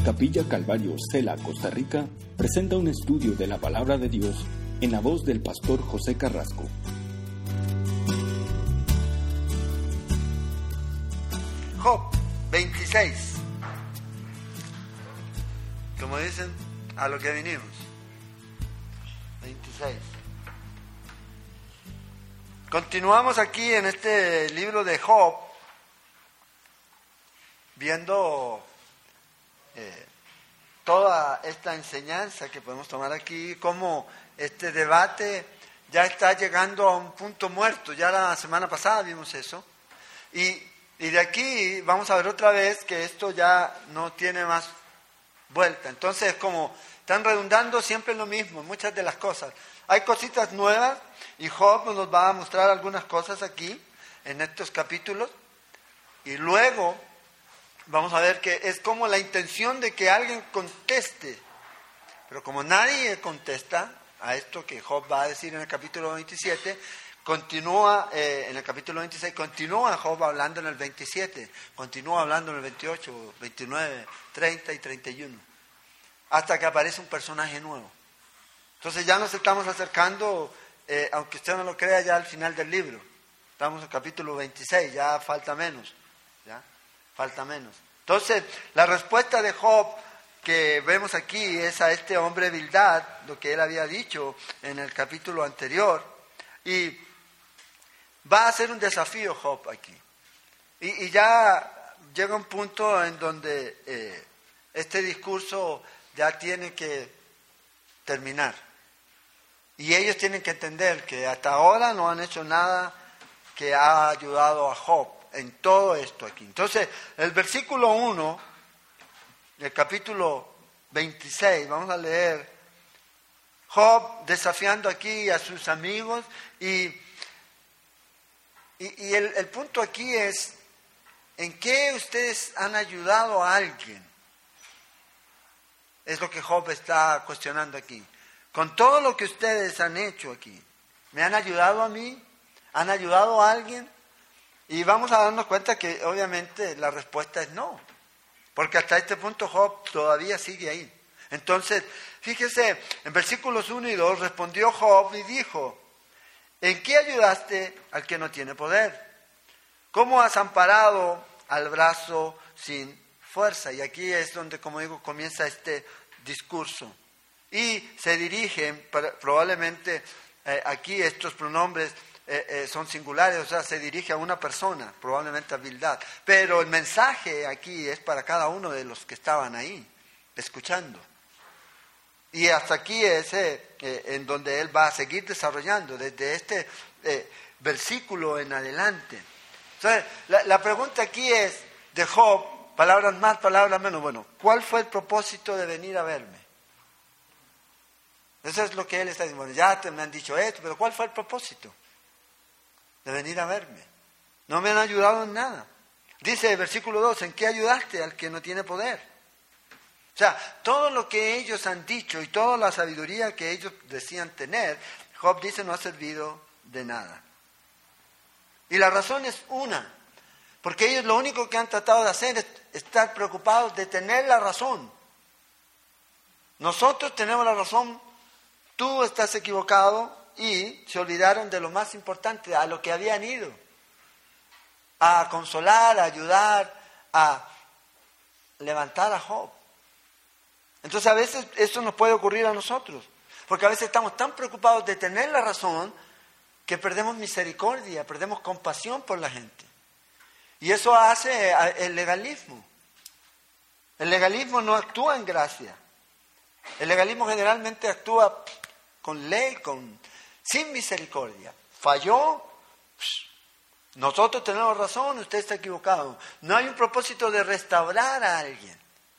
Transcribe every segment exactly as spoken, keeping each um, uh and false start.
Capilla Calvario, Cela, Costa Rica, presenta un estudio de la Palabra de Dios en la voz del pastor José Carrasco. Job veintiséis. Como dicen, a lo que vinimos. veintiséis. Continuamos aquí en este libro de Job, viendo eh, toda esta enseñanza que podemos tomar aquí, cómo este debate ya está llegando a un punto muerto. Ya la semana pasada vimos eso. Y, y de aquí vamos a ver otra vez que esto ya no tiene más vuelta. Entonces, como están redundando siempre en lo mismo, muchas de las cosas. Hay cositas nuevas y Job nos va a mostrar algunas cosas aquí, en estos capítulos. Y luego vamos a ver que es como la intención de que alguien conteste. Pero como nadie contesta a esto que Job va a decir en el capítulo veintisiete, continúa eh, en el capítulo veintiséis, continúa Job hablando en el veintisiete, continúa hablando en el veintiocho, veintinueve, treinta y treinta y uno, hasta que aparece un personaje nuevo. Entonces ya nos estamos acercando, eh, aunque usted no lo crea, ya al final del libro. Estamos en el capítulo veintiséis, ya falta menos, ¿ya? Falta menos. Entonces, la respuesta de Job que vemos aquí es a este hombre Bildad, lo que él había dicho en el capítulo anterior, y va a ser un desafío Job aquí. Y, y ya llega un punto en donde eh, este discurso ya tiene que terminar. Y ellos tienen que entender que hasta ahora no han hecho nada que ha ayudado a Job en todo esto aquí. Entonces, el versículo uno del capítulo veintiséis, vamos a leer Job desafiando aquí a sus amigos y, y, y el, el punto aquí es, ¿en qué ustedes han ayudado a alguien? Es lo que Job está cuestionando aquí. Con todo lo que ustedes han hecho aquí, ¿me han ayudado a mí? ¿Han ayudado a alguien? Y vamos a darnos cuenta que obviamente la respuesta es no. Porque hasta este punto Job todavía sigue ahí. Entonces, fíjese, en versículos uno y dos respondió Job y dijo, ¿en qué ayudaste al que no tiene poder? ¿Cómo has amparado al brazo sin fuerza? Y aquí es donde, como digo, comienza este discurso. Y se dirigen, probablemente eh, aquí estos pronombres eh, eh, son singulares, o sea, se dirige a una persona, probablemente a Bildad. Pero el mensaje aquí es para cada uno de los que estaban ahí, escuchando. Y hasta aquí es eh, eh, en donde él va a seguir desarrollando, desde este eh, versículo en adelante. Entonces, la, la pregunta aquí es, de Job, palabras más, palabras menos. Bueno, ¿cuál fue el propósito de venir a verme? Eso es lo que él está diciendo. Bueno, ya te, me han dicho esto, pero ¿cuál fue el propósito de venir a verme? No me han ayudado en nada. Dice el versículo dos, ¿en qué ayudaste al que no tiene poder? O sea, todo lo que ellos han dicho y toda la sabiduría que ellos decían tener, Job dice no ha servido de nada. Y la razón es una, porque ellos lo único que han tratado de hacer es estar preocupados de tener la razón. Nosotros tenemos la razón, tú estás equivocado, y se olvidaron de lo más importante, a lo que habían ido, a consolar, a ayudar, a levantar a Job. Entonces a veces eso nos puede ocurrir a nosotros, porque a veces estamos tan preocupados de tener la razón que perdemos misericordia, perdemos compasión por la gente. Y eso hace el legalismo. El legalismo no actúa en gracia. El legalismo generalmente actúa con ley, con, sin misericordia. Falló, nosotros tenemos razón, usted está equivocado. No hay un propósito de restaurar a alguien.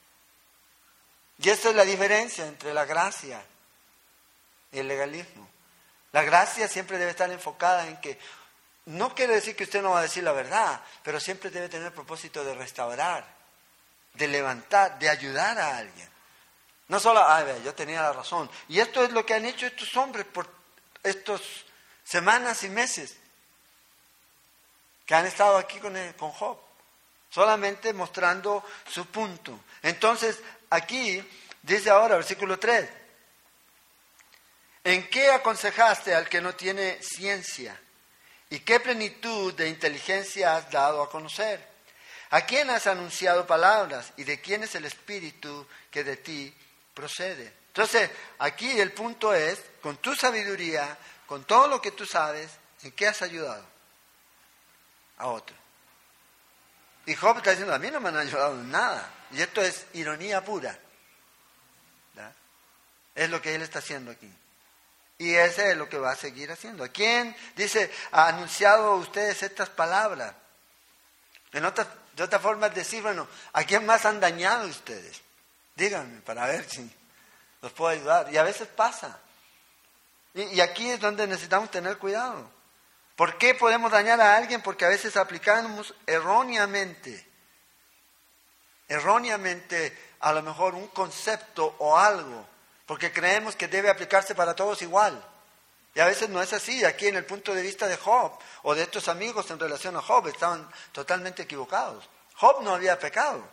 Y esa es la diferencia entre la gracia y el legalismo. La gracia siempre debe estar enfocada en que, no quiere decir que usted no va a decir la verdad, pero siempre debe tener el propósito de restaurar, de levantar, de ayudar a alguien. No solo, ay, yo tenía la razón. Y esto es lo que han hecho estos hombres por estas semanas y meses que han estado aquí con, el, con Job. solamente mostrando su punto. Entonces, aquí dice ahora, versículo tres, ¿en qué aconsejaste al que no tiene ciencia? ¿Y qué plenitud de inteligencia has dado a conocer? ¿A quién has anunciado palabras? ¿Y de quién es el espíritu que de ti procede? Entonces, aquí el punto es, con tu sabiduría, con todo lo que tú sabes, ¿en qué has ayudado a otro? Y Job está diciendo, a mí no me han ayudado en nada. Y esto es ironía pura. ¿Verdad? Es lo que él está haciendo aquí. Y ese es lo que va a seguir haciendo. ¿A quién, dice, ha anunciado ustedes estas palabras? En otras, de otra forma es decir, bueno, ¿a quién más han dañado ustedes? Díganme para ver si los puedo ayudar. Y a veces pasa. Y, y aquí es donde necesitamos tener cuidado. ¿Por qué podemos dañar a alguien? Porque a veces aplicamos erróneamente, erróneamente a lo mejor un concepto o algo, porque creemos que debe aplicarse para todos igual. Y a veces no es así. Aquí en el punto de vista de Job, o de estos amigos en relación a Job, estaban totalmente equivocados. Job no había pecado.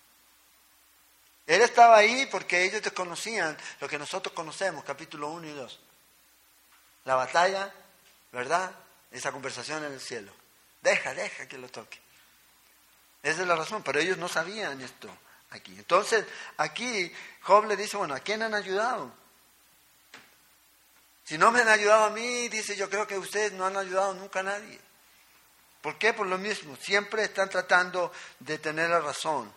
Él estaba ahí porque ellos desconocían lo que nosotros conocemos, capítulo uno y dos. La batalla, ¿verdad? Esa conversación en el cielo. Deja, deja que lo toque. Esa es la razón, pero ellos no sabían esto aquí. Entonces, aquí Job le dice, bueno, ¿a quién han ayudado? Si no me han ayudado a mí, dice, yo creo que ustedes no han ayudado nunca a nadie. ¿Por qué? Por lo mismo, siempre están tratando de tener la razón.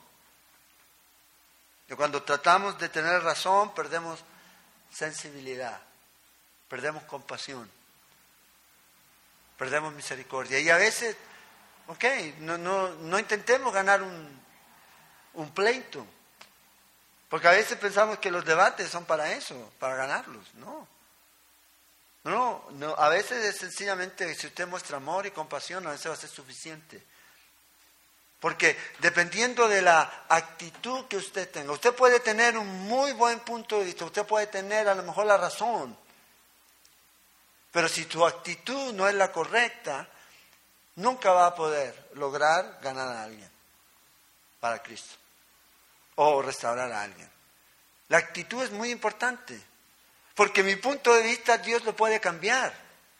Y cuando tratamos de tener razón, perdemos sensibilidad, perdemos compasión, perdemos misericordia. Y a veces, ok, no, no, no intentemos ganar un, un pleito, porque a veces pensamos que los debates son para eso, para ganarlos. No, no, no, a veces es sencillamente, si usted muestra amor y compasión, a veces va a ser suficiente. Porque dependiendo de la actitud que usted tenga, usted puede tener un muy buen punto de vista, usted puede tener a lo mejor la razón, pero si tu actitud no es la correcta, nunca va a poder lograr ganar a alguien para Cristo o restaurar a alguien. La actitud es muy importante, porque mi punto de vista Dios lo puede cambiar,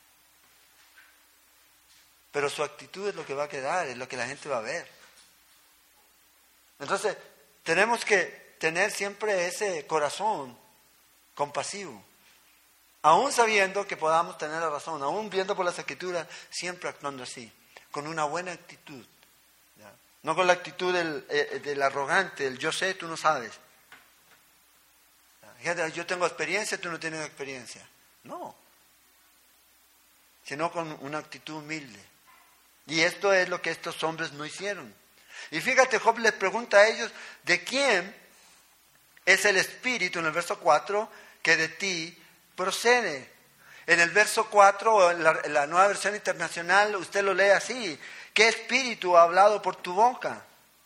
pero su actitud es lo que va a quedar, es lo que la gente va a ver. Entonces, tenemos que tener siempre ese corazón compasivo, aún sabiendo que podamos tener la razón, aún viendo por las Escrituras, siempre actuando así, con una buena actitud. ¿Ya? No con la actitud del, eh, del arrogante, el yo sé, tú no sabes. ¿Ya? Yo tengo experiencia, tú no tienes experiencia. No. Sino con una actitud humilde. Y esto es lo que estos hombres no hicieron. Y fíjate, Job les pregunta a ellos, ¿de quién es el espíritu, en el verso cuatro, que de ti procede? En el verso cuatro, en la, en la Nueva Versión Internacional, usted lo lee así, ¿qué espíritu ha hablado por tu boca?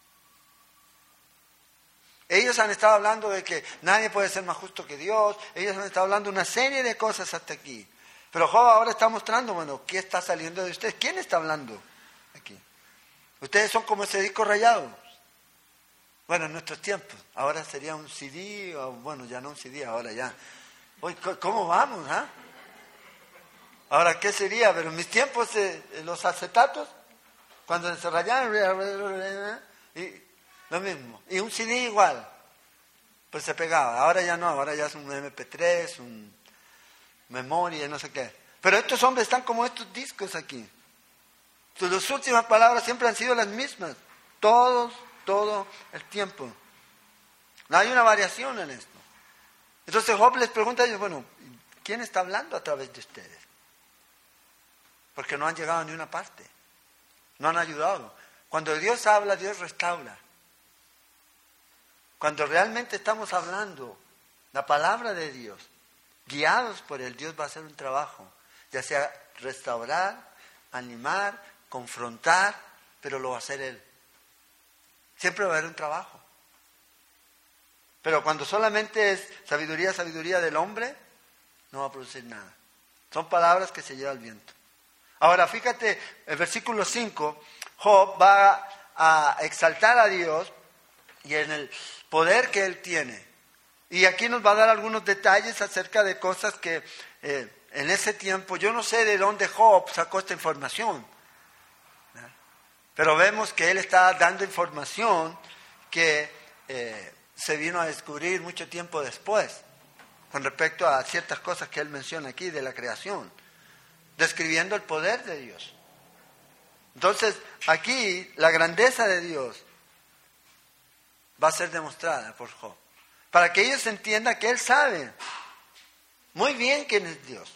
Ellos han estado hablando de que nadie puede ser más justo que Dios, ellos han estado hablando una serie de cosas hasta aquí. Pero Job ahora está mostrando, bueno, ¿qué está saliendo de ustedes? ¿Quién está hablando aquí? Ustedes son como ese disco rayado. Bueno, en nuestros tiempos. Ahora sería un C D, o bueno, ya no un C D, ahora ya. Oye, ¿cómo vamos? ¿Ah? Ahora, ¿qué sería? Pero en mis tiempos, eh, los acetatos, cuando se rayaban, y lo mismo. Y un C D igual, pues se pegaba. Ahora ya no, ahora ya es un eme pe tres, un memoria, no sé qué. Pero estos hombres están como estos discos aquí. Las últimas palabras siempre han sido las mismas, todos, todo el tiempo. No hay una variación en esto. Entonces Job les pregunta a ellos, bueno, ¿quién está hablando a través de ustedes? Porque no han llegado a ni una parte, no han ayudado. Cuando Dios habla, Dios restaura. Cuando realmente estamos hablando la palabra de Dios, guiados por Él, Dios va a hacer un trabajo, ya sea restaurar, animar, confrontar, pero lo va a hacer Él. Siempre va a haber un trabajo. Pero cuando solamente es sabiduría, sabiduría del hombre, no va a producir nada. Son palabras que se lleva el viento. Ahora, fíjate, el versículo cinco, Job va a exaltar a Dios y en el poder que Él tiene. Y aquí nos va a dar algunos detalles acerca de cosas que eh, en ese tiempo, yo no sé de dónde Job sacó esta información, ¿no? Pero vemos que él está dando información que eh, se vino a descubrir mucho tiempo después, con respecto a ciertas cosas que él menciona aquí de la creación, describiendo el poder de Dios. Entonces, aquí la grandeza de Dios va a ser demostrada por Job, para que ellos entiendan que él sabe muy bien quién es Dios.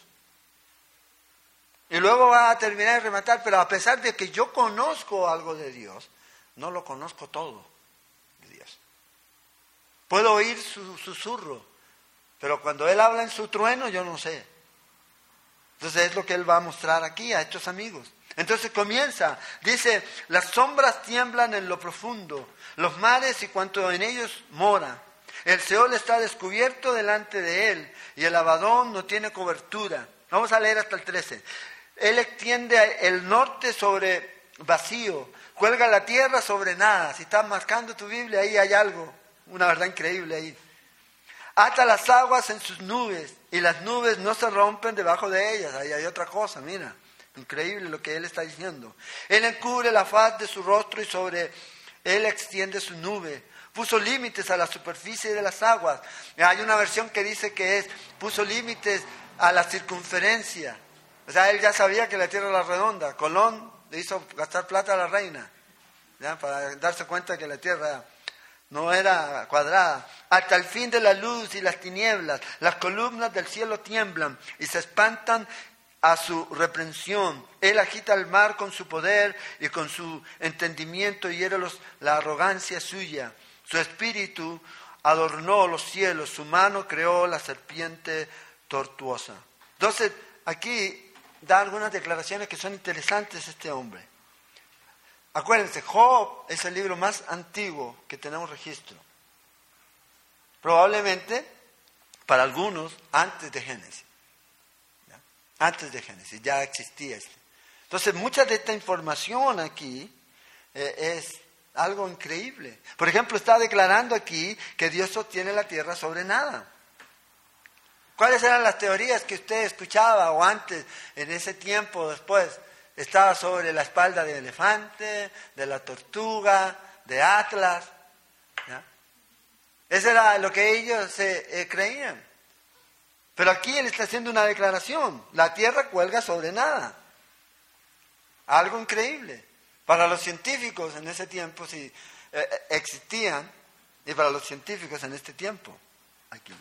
Y luego va a terminar de rematar, pero a pesar de que yo conozco algo de Dios, no lo conozco todo de Dios. Puedo oír su susurro, pero cuando Él habla en su trueno, yo no sé. Entonces es lo que Él va a mostrar aquí a estos amigos. Entonces comienza, dice, las sombras tiemblan en lo profundo, los mares y cuanto en ellos mora. El Seol está descubierto delante de Él y el Abadón no tiene cobertura. Vamos a leer hasta el trece. Él extiende el norte sobre vacío, cuelga la tierra sobre nada. Si estás marcando tu Biblia, ahí hay algo, una verdad increíble ahí. Ata las aguas en sus nubes y las nubes no se rompen debajo de ellas. Ahí hay otra cosa, mira, increíble lo que Él está diciendo. Él encubre la faz de su rostro y sobre Él extiende su nube. Puso límites a la superficie de las aguas. Hay una versión que dice que es, puso límites a la circunferencia. O sea, él ya sabía que la tierra era redonda. Colón le hizo gastar plata a la reina, ¿ya? Para darse cuenta que la tierra no era cuadrada. Hasta el fin de la luz y las tinieblas, las columnas del cielo tiemblan y se espantan a su reprensión. Él agita el mar con su poder y con su entendimiento hiere los, la arrogancia suya. Su espíritu adornó los cielos, su mano creó la serpiente tortuosa. Entonces, aquí da algunas declaraciones que son interesantes este hombre. Acuérdense, Job es el libro más antiguo que tenemos registro. Probablemente, para algunos, antes de Génesis. ¿Ya? Antes de Génesis, ya existía este. Entonces, mucha de esta información aquí eh, es algo increíble. Por ejemplo, está declarando aquí que Dios sostiene la tierra sobre nada. ¿Cuáles eran las teorías que usted escuchaba o antes, en ese tiempo, después? Estaba sobre la espalda del elefante, de la tortuga, de Atlas. ¿Ya? Eso era lo que ellos eh, eh, creían. Pero aquí él está haciendo una declaración. La tierra cuelga sobre nada. Algo increíble. Para los científicos en ese tiempo sí eh, existían, y para los científicos en este tiempo, aquí,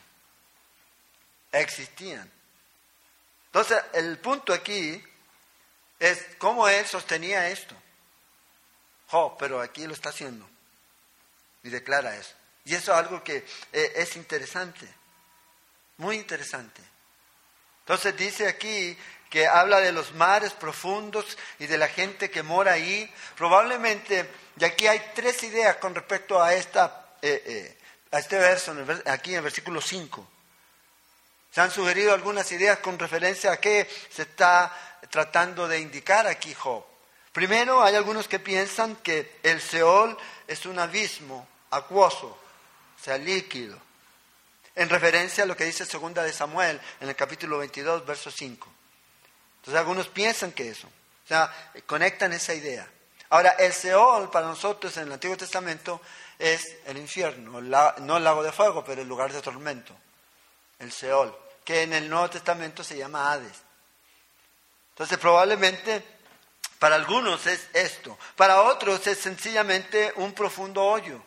existían. Entonces, el punto aquí es cómo él sostenía esto. Job, pero aquí lo está haciendo. Y declara eso. Y eso es algo que eh, es interesante. Muy interesante. Entonces dice aquí que habla de los mares profundos y de la gente que mora ahí. Probablemente, y aquí hay tres ideas con respecto a, esta, eh, eh, a este verso, aquí en el versículo cinco. Se han sugerido algunas ideas con referencia a qué se está tratando de indicar aquí Job. Primero, hay algunos que piensan que el Seol es un abismo acuoso, o sea, líquido, en referencia a lo que dice segunda de Samuel en el capítulo veintidós, verso cinco. Entonces algunos piensan que eso, o sea, conectan esa idea. Ahora, el Seol para nosotros en el Antiguo Testamento es el infierno, la, no el lago de fuego, pero el lugar de tormento, el Seol, que en el Nuevo Testamento se llama Hades. Entonces probablemente para algunos es esto, para otros es sencillamente un profundo hoyo,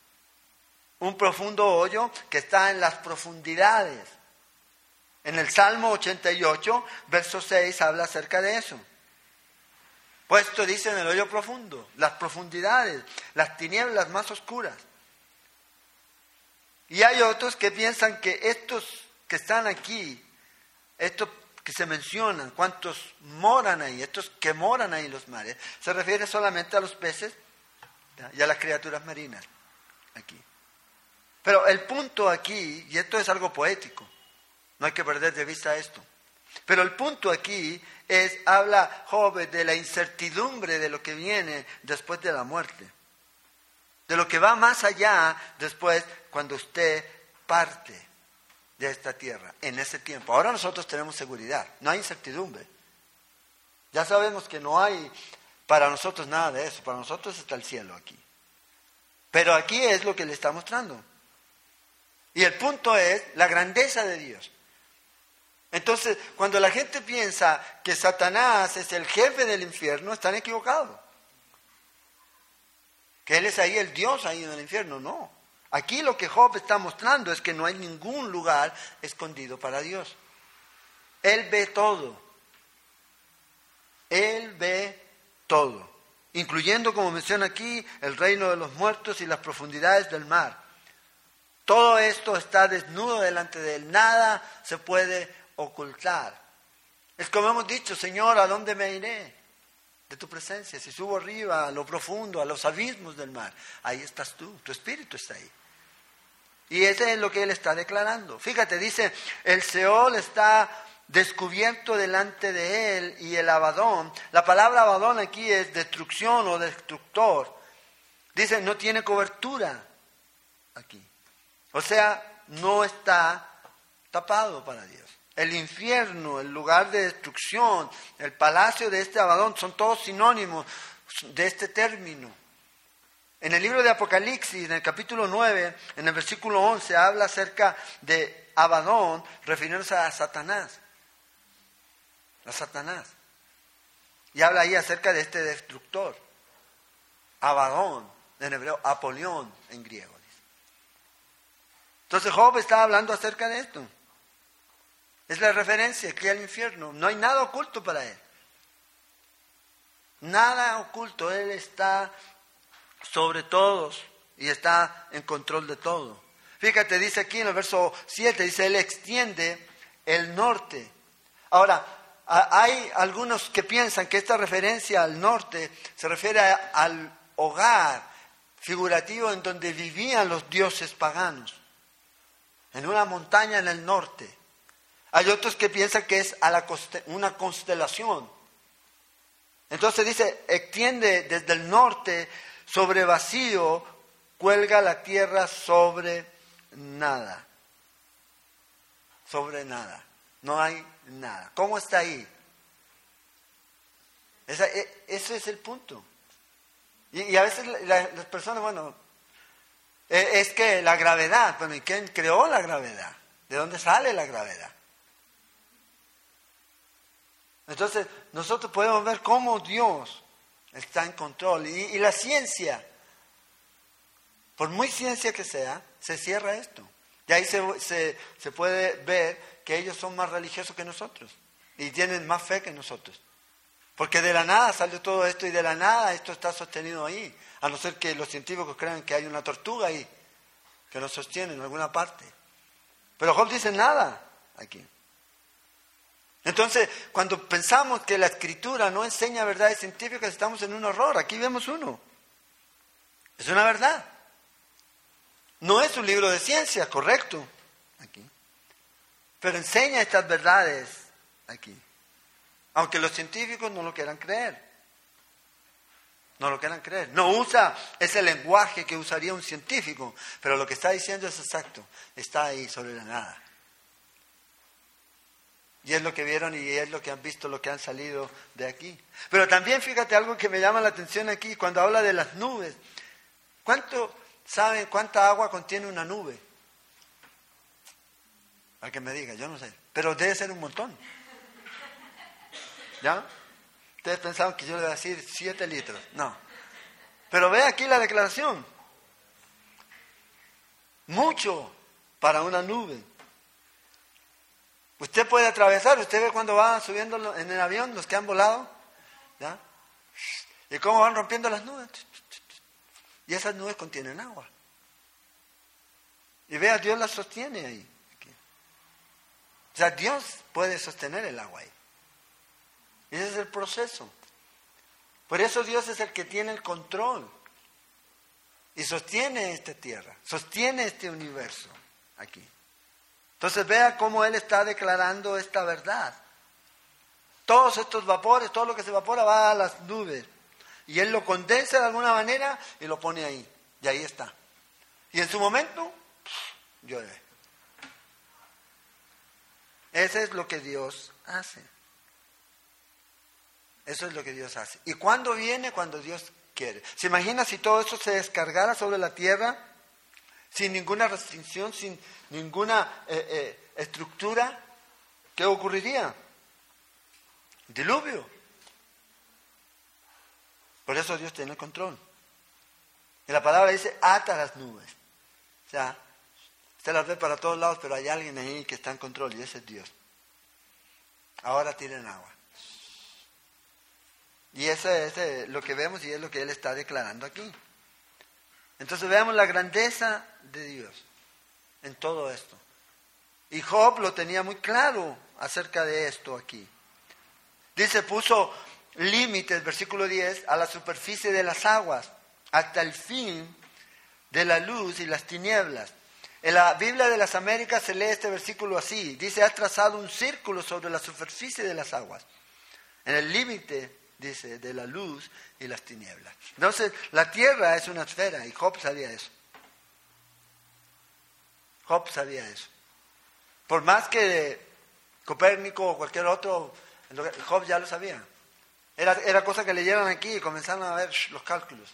un profundo hoyo que está en las profundidades. En el Salmo ochenta y ocho, verso seis, habla acerca de eso. Puesto, dice, en el hoyo profundo, las profundidades, las tinieblas más oscuras. Y hay otros que piensan que estos que están aquí, estos que se mencionan, cuántos moran ahí, estos que moran ahí en los mares, se refiere solamente a los peces, ¿ya? Y a las criaturas marinas, aquí. Pero el punto aquí, y esto es algo poético, no hay que perder de vista esto, pero el punto aquí es, habla Job de la incertidumbre de lo que viene después de la muerte. de lo que va más allá después cuando usted parte de esta tierra, en ese tiempo. Ahora nosotros tenemos seguridad, no hay incertidumbre. Ya sabemos que no hay para nosotros nada de eso, para nosotros está el cielo aquí. Pero aquí es lo que le está mostrando. Y el punto es la grandeza de Dios. Entonces, cuando la gente piensa que Satanás es el jefe del infierno, están equivocados. Que él es ahí el Dios ahí en el infierno, no. Aquí lo que Job está mostrando es que no hay ningún lugar escondido para Dios. Él ve todo. Él ve todo. Incluyendo, como menciona aquí, el reino de los muertos y las profundidades del mar. Todo esto está desnudo delante de él. Nada se puede ocultar. Es como hemos dicho, Señor, ¿a dónde me iré de tu presencia? Si subo arriba, a lo profundo, a los abismos del mar. Ahí estás tú, tu espíritu está ahí. Y ese es lo que él está declarando. Fíjate, dice, el Seol está descubierto delante de él y el Abadón. La palabra Abadón aquí es destrucción o destructor. Dice, no tiene cobertura aquí. O sea, no está tapado para Dios. El infierno, el lugar de destrucción, el palacio de este Abadón, son todos sinónimos de este término. En el libro de Apocalipsis, en el capítulo nueve, en el versículo once, habla acerca de Abadón, refiriéndose a Satanás. A Satanás. Y habla ahí acerca de este destructor. Abadón, en hebreo, Apolión, en griego. Dice. Entonces Job está hablando acerca de esto. Es la referencia aquí al infierno. No hay nada oculto para él. Nada oculto. Él está sobre todos y está en control de todo. Fíjate, dice aquí en el verso siete, dice, él extiende el norte. Ahora, hay algunos que piensan que esta referencia al norte se refiere a, al hogar figurativo en donde vivían los dioses paganos, en una montaña en el norte. Hay otros que piensan que es a la conste- una constelación. Entonces dice, extiende desde el norte sobre vacío, cuelga la tierra sobre nada. Sobre nada. No hay nada. ¿Cómo está ahí? Esa, ese es el punto. Y, y a veces la, las personas, bueno, es que la gravedad, bueno, ¿y quién creó la gravedad? ¿De dónde sale la gravedad? Entonces, nosotros podemos ver cómo Dios está en control. Y, y la ciencia, por muy ciencia que sea, se cierra esto. Y ahí se, se, se puede ver que ellos son más religiosos que nosotros. Y tienen más fe que nosotros. Porque de la nada salió todo esto y de la nada esto está sostenido ahí. A no ser que los científicos crean que hay una tortuga ahí que lo sostiene en alguna parte. Pero Job dice nada aquí. Entonces, cuando pensamos que la Escritura no enseña verdades científicas, estamos en un error. Aquí vemos uno. Es una verdad. No es un libro de ciencia, correcto. Aquí. Pero enseña estas verdades aquí. Aunque los científicos no lo quieran creer. No lo quieran creer. No usa ese lenguaje que usaría un científico. Pero lo que está diciendo es exacto. Está ahí sobre la nada. Y es lo que vieron y es lo que han visto, lo que han salido de aquí. Pero también fíjate algo que me llama la atención aquí cuando habla de las nubes. ¿Cuánto saben cuánta agua contiene una nube? Al que me diga, yo no sé. Pero debe ser un montón. ¿Ya? Ustedes pensaban que yo le iba a decir siete litros. No. Pero ve aquí la declaración. Mucho para una nube. Usted puede atravesar, usted ve cuando van subiendo en el avión, los que han volado, ¿ya? Y cómo van rompiendo las nubes. Y esas nubes contienen agua. Y vea, Dios las sostiene ahí. Aquí. O sea, Dios puede sostener el agua ahí. Y ese es el proceso. Por eso Dios es el que tiene el control. Y sostiene esta tierra, sostiene este universo aquí. Entonces vea cómo Él está declarando esta verdad. Todos estos vapores, todo lo que se evapora va a las nubes. Y Él lo condensa de alguna manera y lo pone ahí. Y ahí está. Y en su momento, llueve. Eso es lo que Dios hace. Eso es lo que Dios hace. ¿Y cuándo viene? Cuando Dios quiere. ¿Se imagina si todo eso se descargara sobre la tierra sin ninguna restricción, sin ninguna eh, eh, estructura? ¿Qué ocurriría? Diluvio. Por eso Dios tiene el control. Y la palabra dice, ata las nubes. O sea, usted las ve para todos lados, pero hay alguien ahí que está en control y ese es Dios. Ahora tienen agua. Y eso es eh, lo que vemos y es lo que Él está declarando aquí. Entonces veamos la grandeza de Dios en todo esto. Y Job lo tenía muy claro acerca de esto aquí. Dice, puso límites, versículo diez, a la superficie de las aguas, hasta el fin de la luz y las tinieblas. En la Biblia de las Américas se lee este versículo así. Dice, ha trazado un círculo sobre la superficie de las aguas. En el límite, dice, de la luz y las tinieblas. Entonces, la tierra es una esfera y Job sabía eso. Job sabía eso. Por más que Copérnico o cualquier otro, Job ya lo sabía. Era, era cosa que leyeran aquí y comenzaron a ver los cálculos.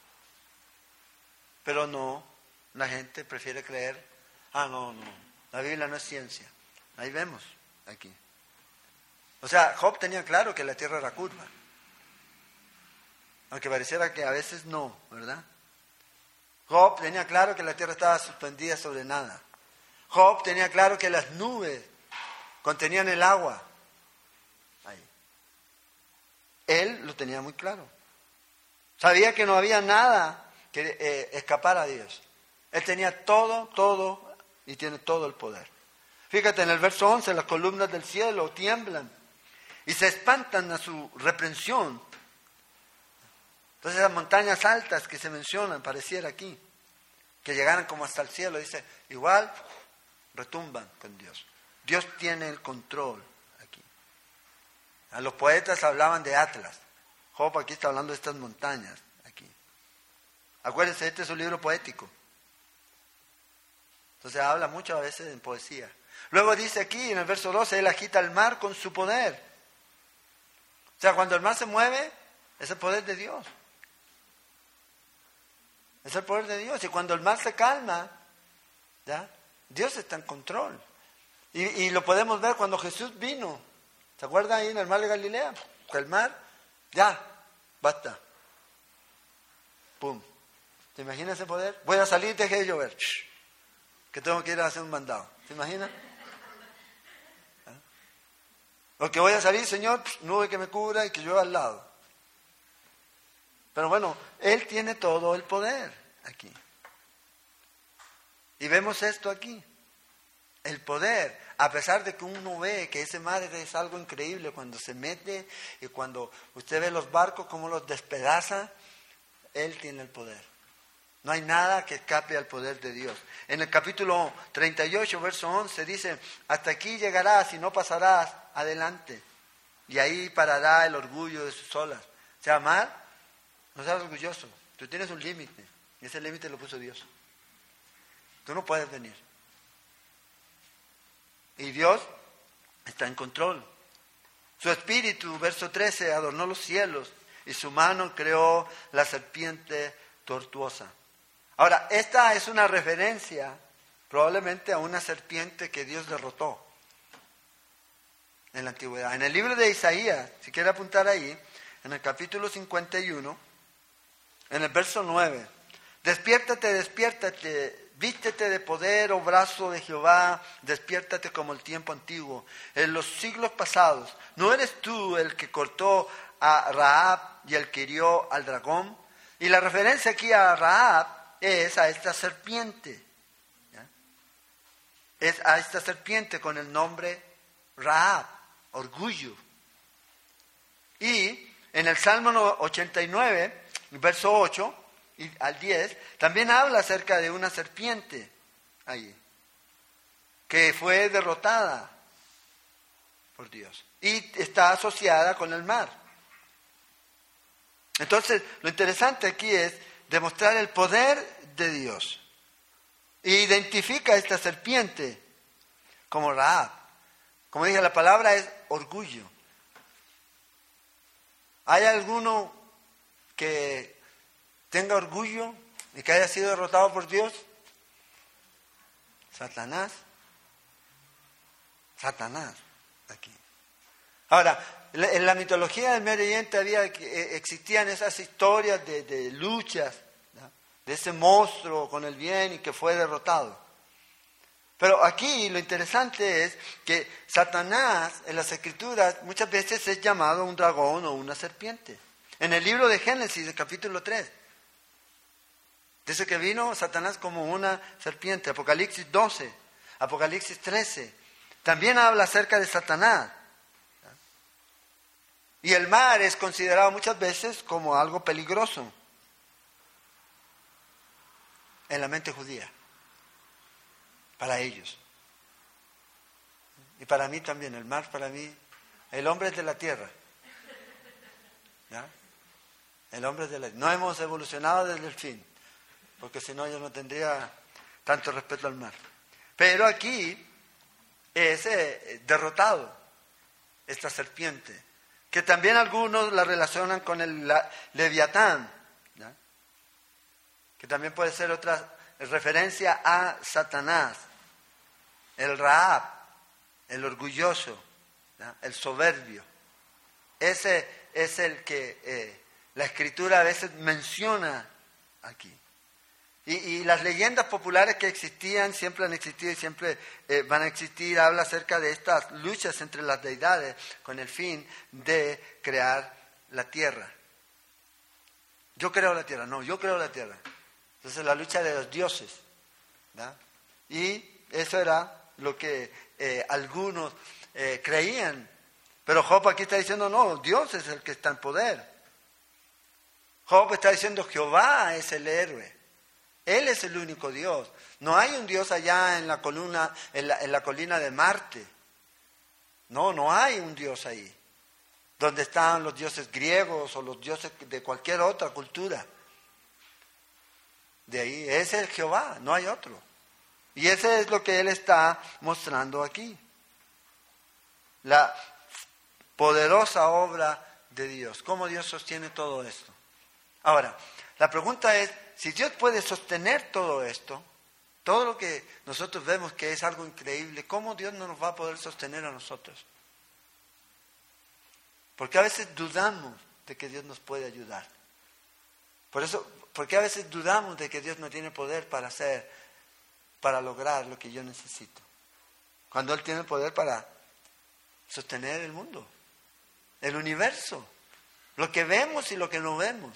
Pero no, la gente prefiere creer, ah, no, no, la Biblia no es ciencia. Ahí vemos, aquí. O sea, Job tenía claro que la tierra era curva. Aunque pareciera que a veces no, ¿verdad? Job tenía claro que la tierra estaba suspendida sobre nada. Job tenía claro que las nubes contenían el agua. Ahí. Él lo tenía muy claro. Sabía que no había nada que eh, escapara a Dios. Él tenía todo, todo y tiene todo el poder. Fíjate en el verso once, las columnas del cielo tiemblan y se espantan a su reprensión. Entonces esas montañas altas que se mencionan, pareciera aquí, que llegaran como hasta el cielo, dice, igual retumban con Dios. Dios tiene el control aquí. A los poetas hablaban de Atlas. Job aquí está hablando de estas montañas aquí. Acuérdense, este es un libro poético. Entonces habla mucho a veces en poesía. Luego dice aquí en el verso doce, Él agita el mar con su poder. O sea, cuando el mar se mueve, es el poder de Dios. Es el poder de Dios. Y cuando el mar se calma, ¿ya? Dios está en control. Y, y lo podemos ver cuando Jesús vino. ¿Se acuerdan ahí en el mar de Galilea? Que el mar, ya, basta. Pum. ¿Te imaginas ese poder? Voy a salir, deje de llover. Shh, que tengo que ir a hacer un mandado. ¿Se imagina? ¿Ah? O que voy a salir, Señor, nube que me cubra y que llueva al lado. Pero bueno, Él tiene todo el poder aquí. Y vemos esto aquí. El poder, a pesar de que uno ve que ese mar es algo increíble cuando se mete y cuando usted ve los barcos, cómo los despedaza, Él tiene el poder. No hay nada que escape al poder de Dios. En el capítulo treinta y ocho, verso once, dice, hasta aquí llegarás y no pasarás adelante. Y ahí parará el orgullo de sus olas. O sea, mar, no seas orgulloso. Tú tienes un límite. Y ese límite lo puso Dios. Tú no puedes venir. Y Dios está en control. Su espíritu, verso trece, adornó los cielos y su mano creó la serpiente tortuosa. Ahora, esta es una referencia probablemente a una serpiente que Dios derrotó en la antigüedad. En el libro de Isaías, si quiere apuntar ahí, en el capítulo cincuenta y uno, en el verso nueve, despiértate, despiértate, vístete de poder, oh brazo de Jehová, despiértate como el tiempo antiguo, en los siglos pasados. ¿No eres tú el que cortó a Rahab y el que hirió al dragón? Y la referencia aquí a Rahab es a esta serpiente. ¿Ya? Es a esta serpiente con el nombre Rahab, orgullo. Y en el Salmo ochenta y nueve, verso ocho y al diez, también habla acerca de una serpiente ahí, que fue derrotada por Dios y está asociada con el mar. Entonces, lo interesante aquí es demostrar el poder de Dios. E identifica a esta serpiente como Rahab. Como dije, la palabra es orgullo. ¿Hay alguno que tenga orgullo y que haya sido derrotado por Dios? Satanás. Satanás, aquí. Ahora, en la mitología del Medio Oriente había, existían esas historias de, de luchas, ¿no?, de ese monstruo con el bien y que fue derrotado. Pero aquí lo interesante es que Satanás en las Escrituras muchas veces es llamado un dragón o una serpiente. En el libro de Génesis, el capítulo tres, dice que vino Satanás como una serpiente. Apocalipsis doce, Apocalipsis trece, también habla acerca de Satanás. Y el mar es considerado muchas veces como algo peligroso en la mente judía, para ellos. Y para mí también, el mar para mí, el hombre es de la tierra. ¿Ya? El hombre es de la tierra. No hemos evolucionado desde el fin, porque si no yo no tendría tanto respeto al mar. Pero aquí es eh, derrotado esta serpiente, que también algunos la relacionan con el la, Leviatán, ¿ya?, que también puede ser otra referencia a Satanás, el Rahab, el orgulloso, ¿ya?, el soberbio. Ese es el que eh, la Escritura a veces menciona aquí. Y, y las leyendas populares que existían, siempre han existido y siempre eh, van a existir, habla acerca de estas luchas entre las deidades con el fin de crear la tierra. Yo creo la tierra, no, yo creo la tierra. Entonces la lucha de los dioses, ¿verdad? Y eso era lo que eh, algunos eh, creían. Pero Job aquí está diciendo, no, Dios es el que está en poder. Job está diciendo, Jehová es el héroe. Él es el único Dios. No hay un Dios allá en la columna, en la, en la colina de Marte. No, no hay un Dios ahí. Donde están los dioses griegos o los dioses de cualquier otra cultura. De ahí, ese es Jehová, no hay otro. Y ese es lo que él está mostrando aquí. La poderosa obra de Dios. ¿Cómo Dios sostiene todo esto? Ahora, la pregunta es, si Dios puede sostener todo esto, todo lo que nosotros vemos que es algo increíble, ¿cómo Dios no nos va a poder sostener a nosotros? Porque a veces dudamos de que Dios nos puede ayudar. Por eso, porque a veces dudamos de que Dios no tiene poder para hacer, para lograr lo que yo necesito. Cuando Él tiene poder para sostener el mundo, el universo, lo que vemos y lo que no vemos.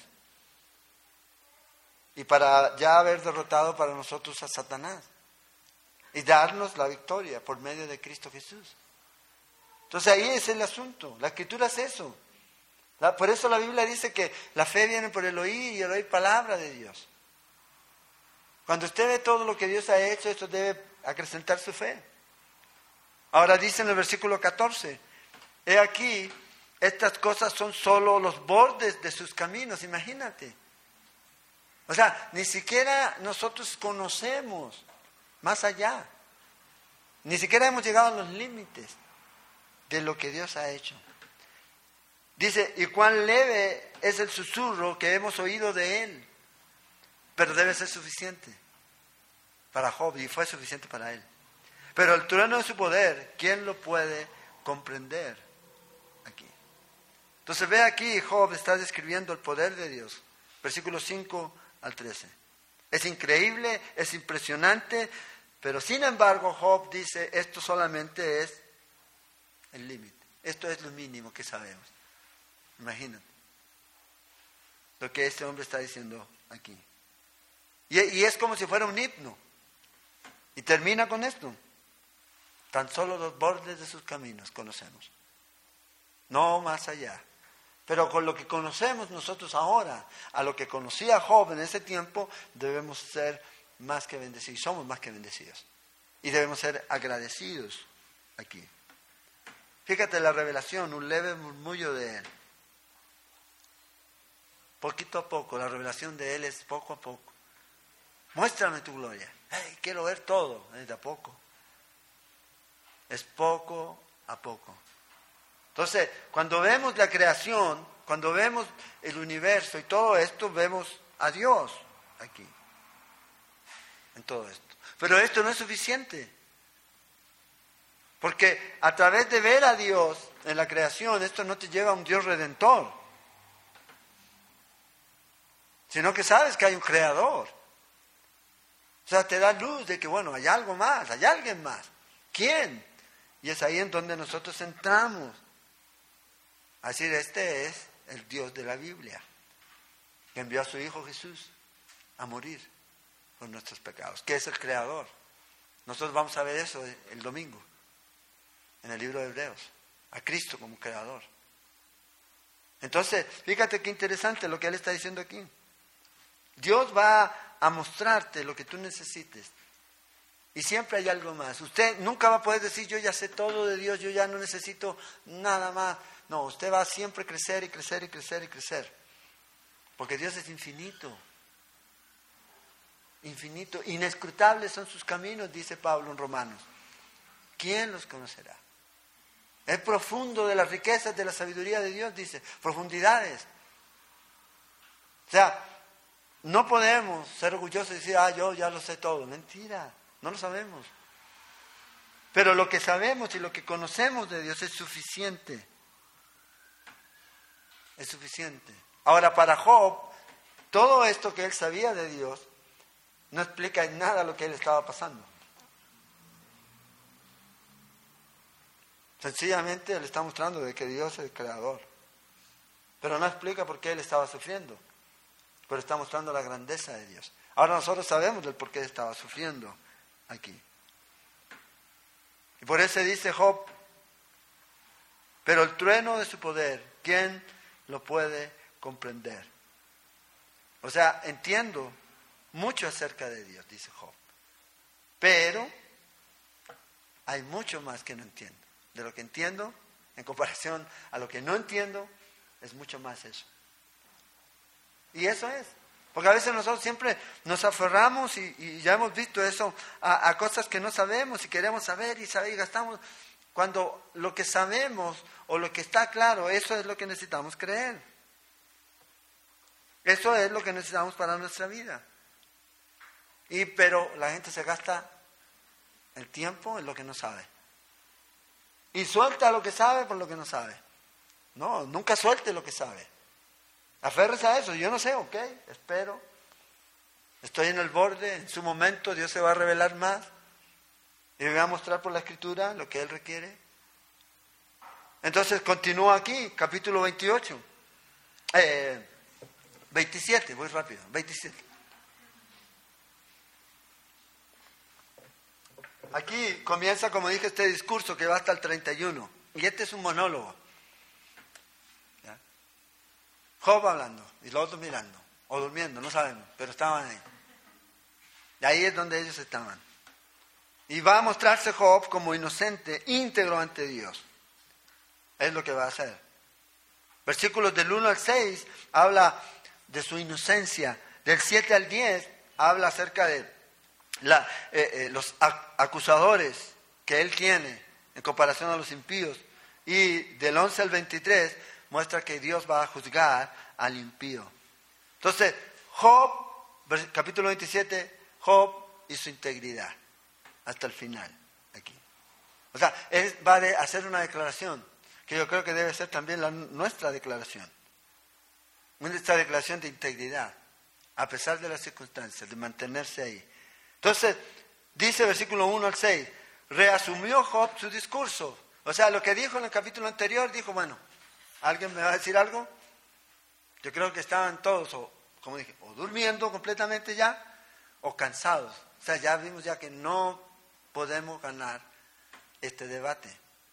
Y para ya haber derrotado para nosotros a Satanás. Y darnos la victoria por medio de Cristo Jesús. Entonces ahí es el asunto. La Escritura es eso. La, por eso la Biblia dice que la fe viene por el oír y el oír palabra de Dios. Cuando usted ve todo lo que Dios ha hecho, esto debe acrecentar su fe. Ahora dice en el versículo catorce, he aquí, estas cosas son solo los bordes de sus caminos, imagínate. O sea, ni siquiera nosotros conocemos más allá. Ni siquiera hemos llegado a los límites de lo que Dios ha hecho. Dice, y cuán leve es el susurro que hemos oído de Él. Pero debe ser suficiente para Job, y fue suficiente para él. Pero el trueno de su poder, ¿quién lo puede comprender? Aquí. Entonces ve aquí, Job está describiendo el poder de Dios. Versículos cinco al trece. Es increíble, es impresionante, pero sin embargo Job dice, esto solamente es el límite. Esto es lo mínimo que sabemos. Imagínate lo que este hombre está diciendo aquí. Y, y es como si fuera un himno. Y termina con esto. Tan solo los bordes de sus caminos conocemos. No más allá. Pero con lo que conocemos nosotros ahora, a lo que conocía Job en ese tiempo, debemos ser más que bendecidos. Somos más que bendecidos. Y debemos ser agradecidos aquí. Fíjate la revelación, un leve murmullo de él. Poquito a poco, la revelación de él es poco a poco. Muéstrame tu gloria. Hey, quiero ver todo. Es de a poco. Es poco a poco. Entonces, cuando vemos la creación, cuando vemos el universo y todo esto, vemos a Dios aquí, en todo esto. Pero esto no es suficiente. Porque a través de ver a Dios en la creación, esto no te lleva a un Dios redentor. Sino que sabes que hay un creador. O sea, te da luz de que, bueno, hay algo más, hay alguien más. ¿Quién? Y es ahí en donde nosotros entramos. A decir, este es el Dios de la Biblia, que envió a su Hijo Jesús a morir por nuestros pecados, que es el Creador. Nosotros vamos a ver eso el domingo, en el libro de Hebreos, a Cristo como Creador. Entonces, fíjate qué interesante lo que Él está diciendo aquí. Dios va a mostrarte lo que tú necesites. Y siempre hay algo más. Usted nunca va a poder decir, yo ya sé todo de Dios, yo ya no necesito nada más. No, usted va a siempre crecer y crecer y crecer y crecer. Porque Dios es infinito. Infinito. Inescrutables son sus caminos, dice Pablo en Romanos. ¿Quién los conocerá? Es profundo de las riquezas de la sabiduría de Dios, dice. Profundidades. O sea, no podemos ser orgullosos y decir, ah, yo ya lo sé todo. Mentira. No lo sabemos. Pero lo que sabemos y lo que conocemos de Dios es suficiente. Es suficiente. Ahora, para Job, todo esto que él sabía de Dios no explica en nada lo que él estaba pasando. Sencillamente él está mostrando de que Dios es el creador. Pero no explica por qué él estaba sufriendo. Pero está mostrando la grandeza de Dios. Ahora nosotros sabemos del por qué estaba sufriendo aquí. Y por eso dice Job, pero el trueno de su poder, ¿quién lo puede comprender? O sea, entiendo mucho acerca de Dios, dice Job. Pero hay mucho más que no entiendo. De lo que entiendo, en comparación a lo que no entiendo, es mucho más eso. Y eso es. Porque a veces nosotros siempre nos aferramos, y, y ya hemos visto eso, a, a cosas que no sabemos y queremos saber y saber y gastamos. Cuando lo que sabemos o lo que está claro, eso es lo que necesitamos creer. Eso es lo que necesitamos para nuestra vida. Y pero la gente se gasta el tiempo en lo que no sabe. Y suelta lo que sabe por lo que no sabe. No, nunca suelte lo que sabe. Aférrese a eso. Yo no sé, ok, espero. Estoy en el borde, en su momento Dios se va a revelar más. Y me va a mostrar por la Escritura lo que Él requiere. Entonces continúa aquí, capítulo veintiocho. Eh, veintisiete, voy rápido, veintisiete. Aquí comienza, como dije, este discurso que va hasta el treinta y uno. Y este es un monólogo. ¿Ya? Job hablando y los otros mirando. O durmiendo, no sabemos, pero estaban ahí. Y ahí es donde ellos estaban. Y va a mostrarse Job como inocente, íntegro ante Dios. Es lo que va a hacer. Versículos del uno al seis habla de su inocencia. Del siete al diez habla acerca de La, eh, eh, los acusadores que él tiene en comparación a los impíos, y del once al veintitrés muestra que Dios va a juzgar al impío. Entonces Job, capítulo veintisiete, Job y su integridad hasta el final aquí. O sea, él va a hacer una declaración que yo creo que debe ser también la, nuestra declaración, nuestra declaración de integridad a pesar de las circunstancias, de mantenerse ahí. Entonces, dice versículo uno al seis, reasumió Job su discurso. O sea, lo que dijo en el capítulo anterior, dijo, bueno, ¿alguien me va a decir algo? Yo creo que estaban todos, o, como dije, o durmiendo completamente ya, o cansados. O sea, ya vimos ya que no podemos ganar este debate.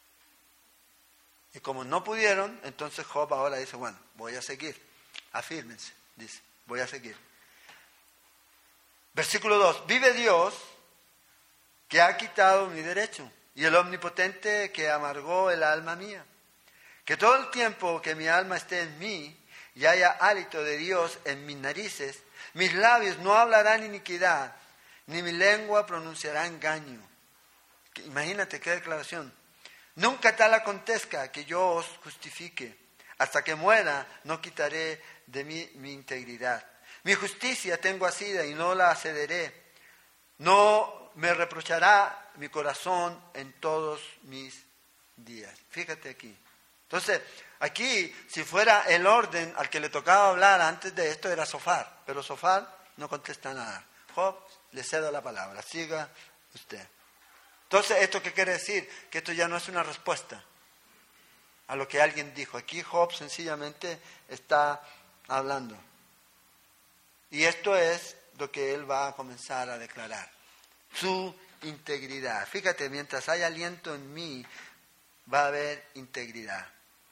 Y como no pudieron, entonces Job ahora dice, bueno, voy a seguir. Afírmense, dice, voy a seguir. Versículo dos, vive Dios que ha quitado mi derecho y el omnipotente que amargó el alma mía. Que todo el tiempo que mi alma esté en mí, y haya hálito de Dios en mis narices, mis labios no hablarán iniquidad, ni mi lengua pronunciará engaño. Imagínate qué declaración. Nunca tal acontezca que yo os justifique. Hasta que muera no quitaré de mí mi integridad. Mi justicia tengo asida y no la cederé. No me reprochará mi corazón en todos mis días. Fíjate aquí. Entonces, aquí, si fuera el orden al que le tocaba hablar antes de esto, era Sofar. Pero Sofar no contesta nada. Job, le cedo la palabra. Siga usted. Entonces, ¿esto qué quiere decir? Que esto ya no es una respuesta a lo que alguien dijo. Aquí Job sencillamente está hablando. Y esto es lo que él va a comenzar a declarar. Su integridad. Fíjate, mientras haya aliento en mí, va a haber integridad.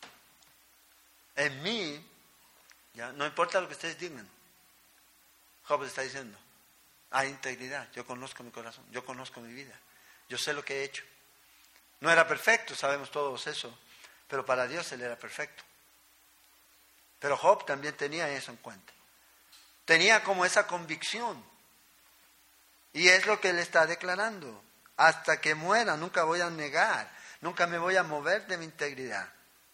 En mí, ya no importa lo que ustedes digan. Job está diciendo, hay integridad. Yo conozco mi corazón, yo conozco mi vida. Yo sé lo que he hecho. No era perfecto, sabemos todos eso, pero para Dios él era perfecto. Pero Job también tenía eso en cuenta. Tenía como esa convicción. Y es lo que él está declarando. Hasta que muera, nunca voy a negar, nunca me voy a mover de mi integridad.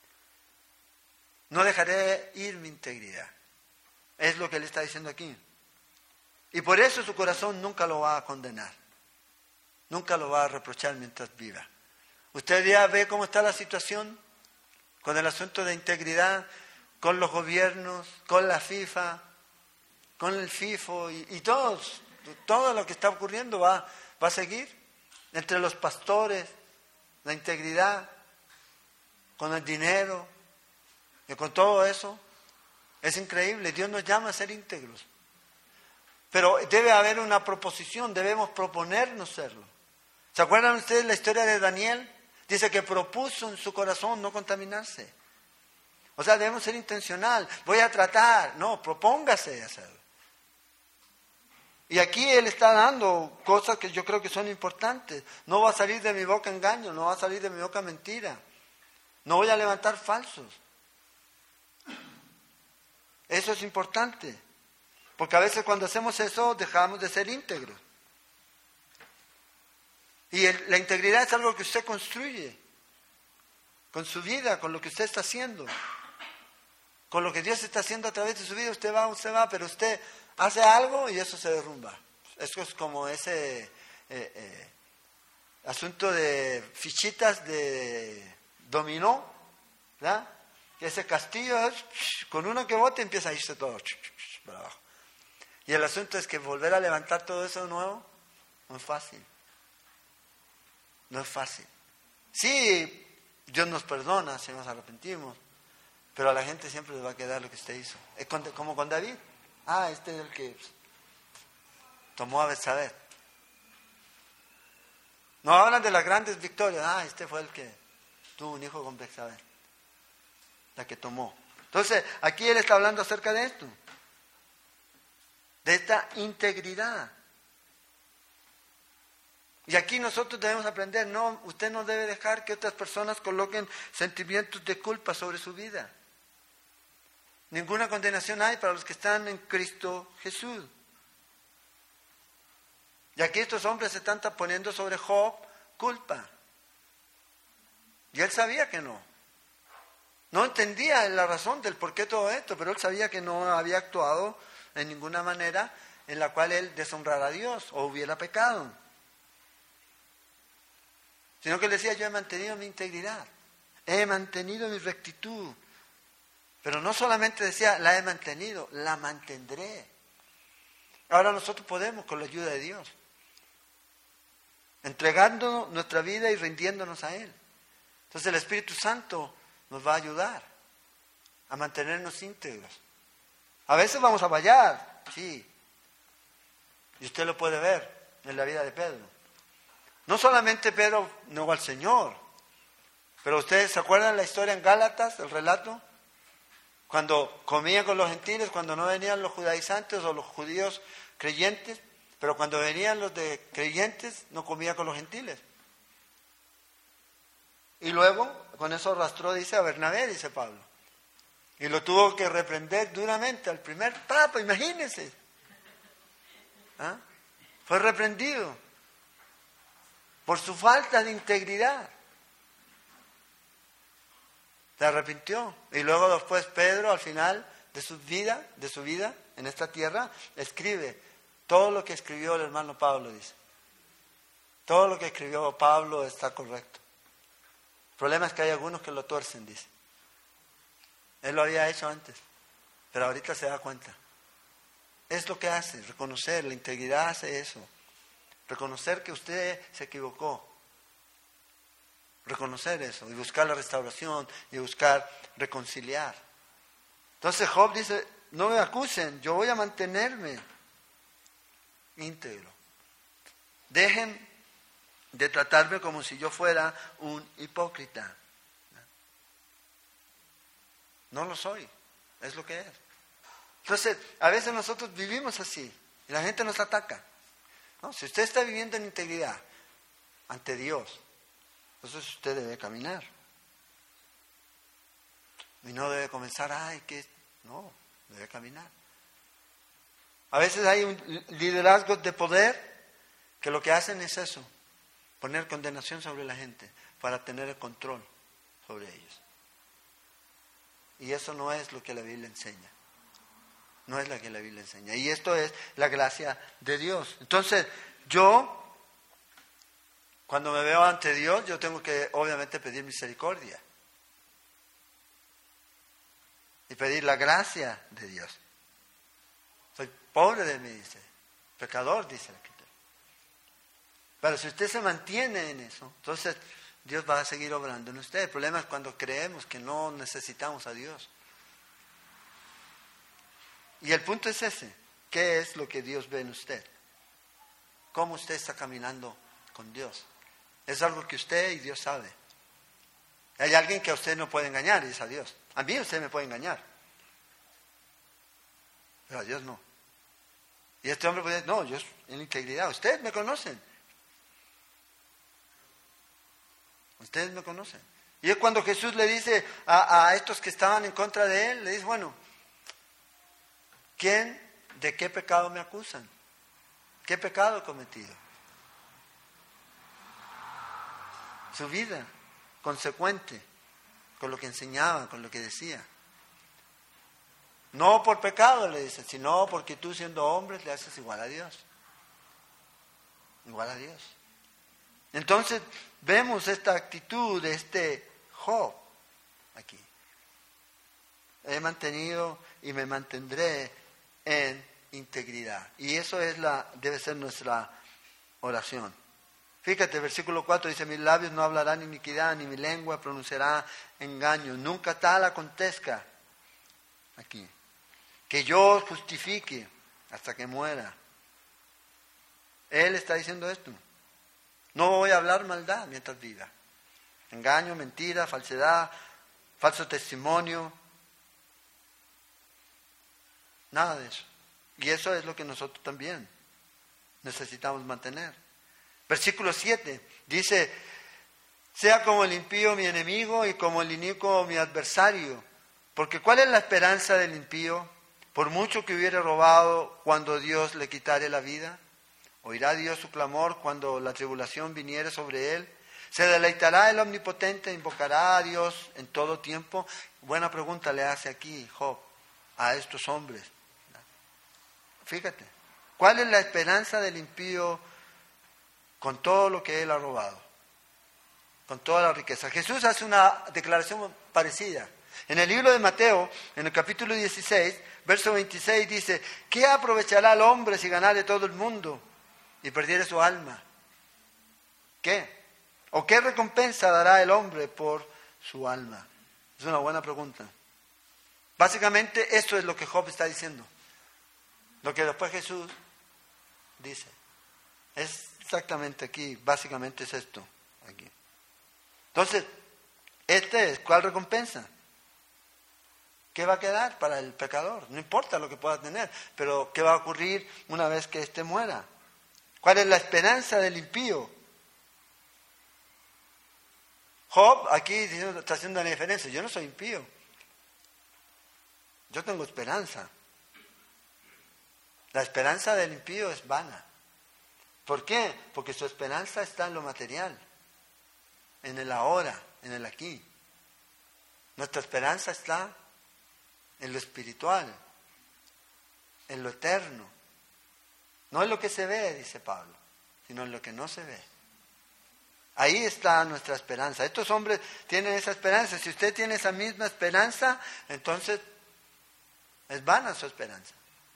No dejaré ir mi integridad. Es lo que él está diciendo aquí. Y por eso su corazón nunca lo va a condenar. Nunca lo va a reprochar mientras viva. Usted ya ve cómo está la situación con el asunto de integridad, con los gobiernos, con la FIFA, con el FIFO y, y todos, todo lo que está ocurriendo va, va a seguir. Entre los pastores, la integridad, con el dinero y con todo eso. Es increíble, Dios nos llama a ser íntegros. Pero debe haber una proposición, debemos proponernos serlo. ¿Se acuerdan ustedes la historia de Daniel? Dice que propuso en su corazón no contaminarse. O sea, debemos ser intencional. Voy a tratar. No, propóngase hacerlo. Y aquí él está dando cosas que yo creo que son importantes. No va a salir de mi boca engaño, no va a salir de mi boca mentira. No voy a levantar falsos. Eso es importante. Porque a veces cuando hacemos eso dejamos de ser íntegros. Y el, la integridad es algo que usted construye con su vida, con lo que usted está haciendo, con lo que Dios está haciendo a través de su vida. Usted va, usted va, pero usted hace algo y eso se derrumba. Eso es como ese eh, eh, asunto de fichitas de dominó, ¿verdad? Que ese castillo es, con uno que bote empieza a irse todo para abajo. Y el asunto es que volver a levantar todo eso de nuevo no es fácil. No es fácil. Sí, Dios nos perdona si nos arrepentimos, pero a la gente siempre le va a quedar lo que usted hizo. Es como con David. Ah, este es el que tomó a Betsabé. No hablan de las grandes victorias. Ah, este fue el que tuvo un hijo con Betsabé, la que tomó. Entonces, aquí él está hablando acerca de esto, de esta integridad. Y aquí nosotros debemos aprender, no, usted no debe dejar que otras personas coloquen sentimientos de culpa sobre su vida. Ninguna condenación hay para los que están en Cristo Jesús. Y aquí estos hombres se están poniendo sobre Job culpa. Y él sabía que no. No entendía la razón del por qué todo esto, pero él sabía que no había actuado en ninguna manera en la cual él deshonrara a Dios o hubiera pecado. Sino que él decía, yo he mantenido mi integridad, he mantenido mi rectitud. Pero no solamente decía, la he mantenido, la mantendré. Ahora nosotros podemos, con la ayuda de Dios, entregándonos nuestra vida y rindiéndonos a Él. Entonces el Espíritu Santo nos va a ayudar a mantenernos íntegros. A veces vamos a fallar, sí. Y usted lo puede ver en la vida de Pedro. No solamente Pedro negó al Señor, pero ustedes se acuerdan la historia en Gálatas, el relato, cuando comía con los gentiles, cuando no venían los judaizantes o los judíos creyentes, pero cuando venían los de creyentes no comía con los gentiles. Y luego con eso arrastró, dice, a Bernabé, dice Pablo. Y lo tuvo que reprender duramente al primer papa, imagínense. ¿Ah? Fue reprendido por su falta de integridad. Se arrepintió. Y luego después Pedro, al final de su vida, de su vida en esta tierra, escribe todo lo que escribió el hermano Pablo, dice. Todo lo que escribió Pablo está correcto. El problema es que hay algunos que lo tuercen, dice. Él lo había hecho antes, pero ahorita se da cuenta. Es lo que hace, reconocer, la integridad hace eso. Reconocer que usted se equivocó. Reconocer eso y buscar la restauración y buscar reconciliar. Entonces Job dice, no me acusen, yo voy a mantenerme íntegro. Dejen de tratarme como si yo fuera un hipócrita. No lo soy, es lo que es. Entonces, a veces nosotros vivimos así y la gente nos ataca. ¿No? Si usted está viviendo en integridad ante Dios, entonces usted debe caminar. Y no debe comenzar, ay, que no, debe caminar. A veces hay un liderazgo de poder que lo que hacen es eso, poner condenación sobre la gente para tener el control sobre ellos. Y eso no es lo que la Biblia enseña. No es la que la Biblia enseña. Y esto es la gracia de Dios. Entonces, yo, cuando me veo ante Dios, yo tengo que obviamente pedir misericordia. Y pedir la gracia de Dios. Soy pobre de mí, dice. Pecador, dice la Escritura. Pero si usted se mantiene en eso, entonces Dios va a seguir obrando en usted. El problema es cuando creemos que no necesitamos a Dios. Y el punto es ese. ¿Qué es lo que Dios ve en usted? ¿Cómo usted está caminando con Dios? Es algo que usted y Dios sabe. Hay alguien que a usted no puede engañar, y es a Dios. A mí usted me puede engañar. Pero a Dios no. Y este hombre puede decir, no, yo en integridad. Ustedes me conocen. Ustedes me conocen. Y es cuando Jesús le dice a, a estos que estaban en contra de él, le dice, bueno, ¿quién, de qué pecado me acusan? ¿Qué pecado he cometido? Su vida consecuente con lo que enseñaba, con lo que decía. No por pecado, le dice, sino porque tú siendo hombre le haces igual a Dios. Igual a Dios. Entonces vemos esta actitud de este Job aquí. He mantenido y me mantendré en integridad. Y eso es la, debe ser nuestra oración. Fíjate, versículo cuatro dice, mis labios no hablarán iniquidad, ni mi lengua pronunciará engaño. Nunca tal acontezca aquí, que yo justifique hasta que muera. Él está diciendo esto. No voy a hablar maldad mientras viva. Engaño, mentira, falsedad, falso testimonio. Nada de eso. Y eso es lo que nosotros también necesitamos mantener. Versículo siete dice, sea como el impío mi enemigo y como el inicuo mi adversario. Porque ¿cuál es la esperanza del impío? Por mucho que hubiere robado cuando Dios le quitare la vida. ¿Oirá Dios su clamor cuando la tribulación viniere sobre él? ¿Se deleitará el omnipotente, invocará a Dios en todo tiempo? Buena pregunta le hace aquí Job a estos hombres. Fíjate, ¿cuál es la esperanza del impío con todo lo que él ha robado? Con toda la riqueza. Jesús hace una declaración parecida. En el libro de Mateo, en el capítulo dieciséis, verso veintiséis, dice, ¿qué aprovechará el hombre si ganare todo el mundo y perdiere su alma? ¿Qué? ¿O qué recompensa dará el hombre por su alma? Es una buena pregunta. Básicamente esto es lo que Job está diciendo. Lo que después Jesús dice. Es exactamente aquí, básicamente es esto. Aquí. Entonces, este es, ¿cuál recompensa? ¿Qué va a quedar para el pecador? No importa lo que pueda tener, pero ¿qué va a ocurrir una vez que éste muera? ¿Cuál es la esperanza del impío? Job aquí está haciendo una diferencia. Yo no soy impío. Yo tengo esperanza. La esperanza del impío es vana. ¿Por qué? Porque su esperanza está en lo material, en el ahora, en el aquí. Nuestra esperanza está en lo espiritual, en lo eterno. No en lo que se ve, dice Pablo, sino en lo que no se ve. Ahí está nuestra esperanza. Estos hombres tienen esa esperanza. Si usted tiene esa misma esperanza, entonces es vana su esperanza.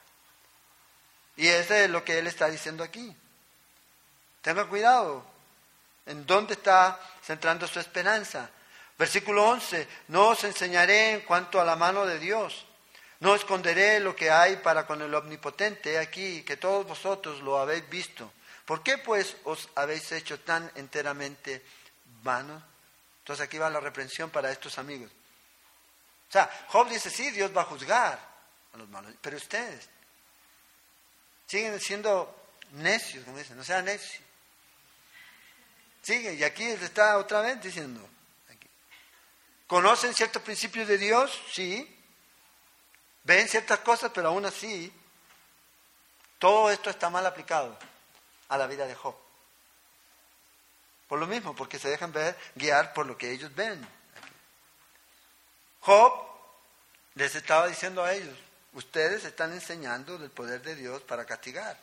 Y eso es lo que él está diciendo aquí. Tenga cuidado. ¿En dónde está centrando su esperanza? Versículo once. No os enseñaré en cuanto a la mano de Dios. No esconderé lo que hay para con el Omnipotente. He aquí que todos vosotros lo habéis visto. ¿Por qué pues os habéis hecho tan enteramente vanos? Entonces aquí va la reprensión para estos amigos. O sea, Job dice, sí, Dios va a juzgar a los malos. Pero ustedes siguen siendo necios, como dicen, no sean necios. Sigue, y aquí está otra vez diciendo. Aquí. ¿Conocen ciertos principios de Dios? Sí. Ven ciertas cosas, pero aún así, todo esto está mal aplicado a la vida de Job. Por lo mismo, porque se dejan ver, guiar por lo que ellos ven. Aquí. Job les estaba diciendo a ellos, ustedes están enseñando del poder de Dios para castigar.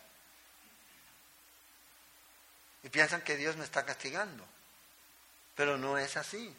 Y piensan que Dios me está castigando. Pero no es así.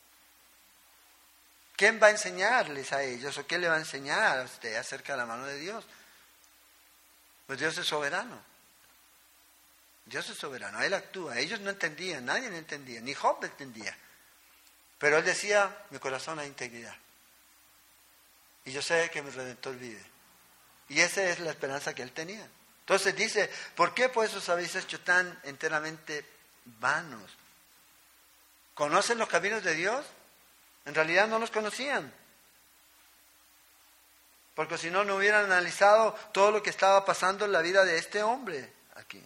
¿Quién va a enseñarles a ellos o qué le va a enseñar a usted acerca de la mano de Dios? Pues Dios es soberano. Dios es soberano, Él actúa. Ellos no entendían, nadie lo entendía, ni Job entendía. Pero él decía, mi corazón hay integridad. Y yo sé que mi Redentor vive. Y esa es la esperanza que él tenía. Entonces dice, ¿por qué pues os habéis hecho tan enteramente vanos? ¿Conocen los caminos de Dios? En realidad no los conocían. Porque si no, no hubieran analizado todo lo que estaba pasando en la vida de este hombre aquí.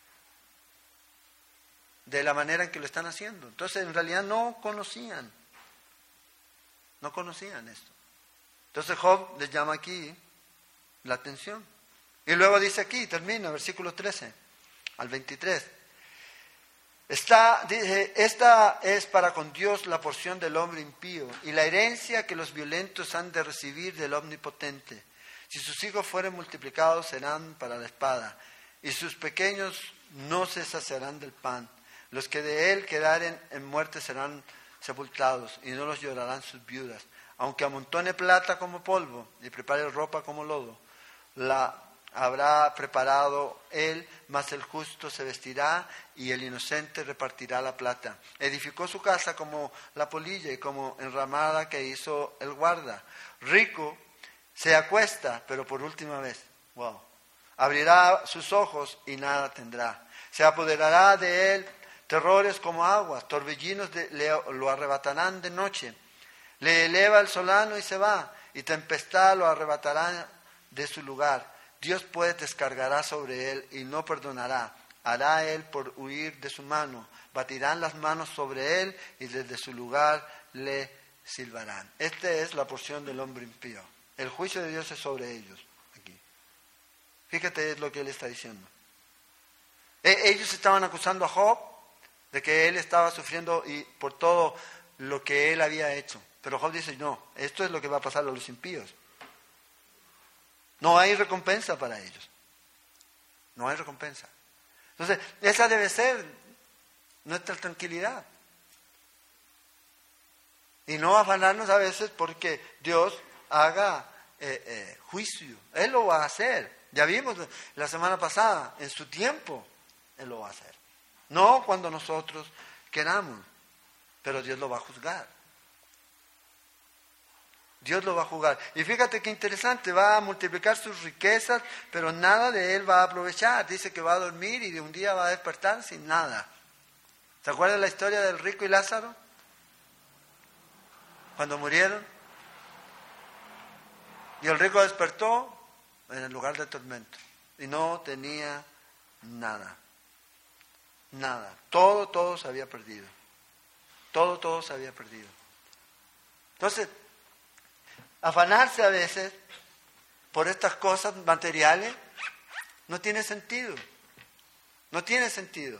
De la manera en que lo están haciendo. Entonces, en realidad no conocían. No conocían esto. Entonces Job les llama aquí la atención. Y luego dice aquí, termina, versículo trece al veintitrés. Está, dice, esta es para con Dios la porción del hombre impío y la herencia que los violentos han de recibir del Omnipotente. Si sus hijos fueren multiplicados serán para la espada y sus pequeños no se saciarán del pan. Los que de él quedaren en muerte serán sepultados y no los llorarán sus viudas. Aunque amontone plata como polvo y prepare ropa como lodo, la habrá preparado él, mas el justo se vestirá y el inocente repartirá la plata. Edificó su casa como la polilla y como enramada que hizo el guarda. Rico se acuesta, pero por última vez. Wow. Abrirá sus ojos y nada tendrá. Se apoderará de él terrores como aguas, torbellinos de, le, lo arrebatarán de noche. Le eleva el solano y se va, y tempestad lo arrebatará de su lugar. Dios pues descargará sobre él y no perdonará. Hará él por huir de su mano. Batirán las manos sobre él y desde su lugar le silbarán. Esta es la porción del hombre impío. El juicio de Dios es sobre ellos. Aquí. Fíjate es lo que él está diciendo. E- ellos estaban acusando a Job de que él estaba sufriendo y por todo lo que él había hecho. Pero Job dice, no, esto es lo que va a pasar a los impíos. No hay recompensa para ellos. No hay recompensa. Entonces, esa debe ser nuestra tranquilidad. Y no afanarnos a veces porque Dios haga eh, eh, juicio. Él lo va a hacer. Ya vimos la semana pasada, en su tiempo, Él lo va a hacer. No cuando nosotros queramos, pero Dios lo va a juzgar. Dios lo va a juzgar. Y fíjate qué interesante, va a multiplicar sus riquezas, pero nada de él va a aprovechar. Dice que va a dormir y de un día va a despertar sin nada. ¿Se acuerdan la historia del rico y Lázaro? Cuando murieron. Y el rico despertó en el lugar del tormento. Y no tenía nada. Nada. Todo, todo se había perdido. Todo, todo se había perdido. Entonces, afanarse a veces por estas cosas materiales no tiene sentido. No tiene sentido.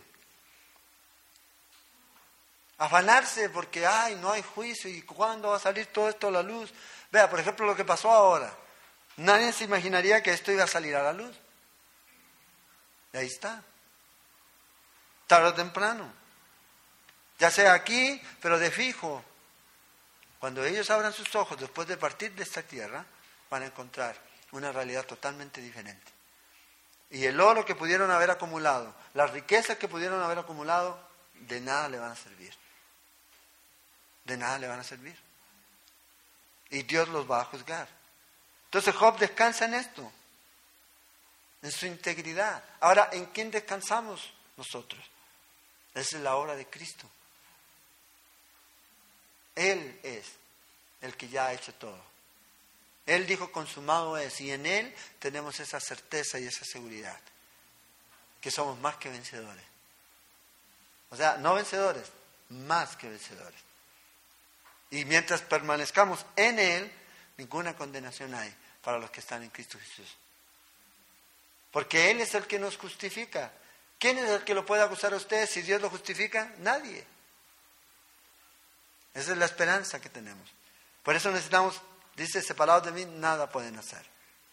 Afanarse porque, ay, no hay juicio y cuándo va a salir todo esto a la luz. Vea, por ejemplo, lo que pasó ahora. Nadie se imaginaría que esto iba a salir a la luz. Y ahí está. Tarde o temprano. Ya sea aquí, pero de fijo. Cuando ellos abran sus ojos después de partir de esta tierra, van a encontrar una realidad totalmente diferente. Y el oro que pudieron haber acumulado, las riquezas que pudieron haber acumulado, de nada le van a servir. De nada le van a servir. Y Dios los va a juzgar. Entonces Job descansa en esto, en su integridad. Ahora, ¿en quién descansamos nosotros? Esa es la obra de Cristo. Él es el que ya ha hecho todo. Él dijo, consumado es, y en Él tenemos esa certeza y esa seguridad, que somos más que vencedores. O sea, no vencedores, más que vencedores. Y mientras permanezcamos en Él, ninguna condenación hay para los que están en Cristo Jesús. Porque Él es el que nos justifica. ¿Quién es el que lo puede acusar a ustedes si Dios lo justifica? Nadie. Esa es la esperanza que tenemos. Por eso necesitamos, dice, separados de mí, nada pueden hacer.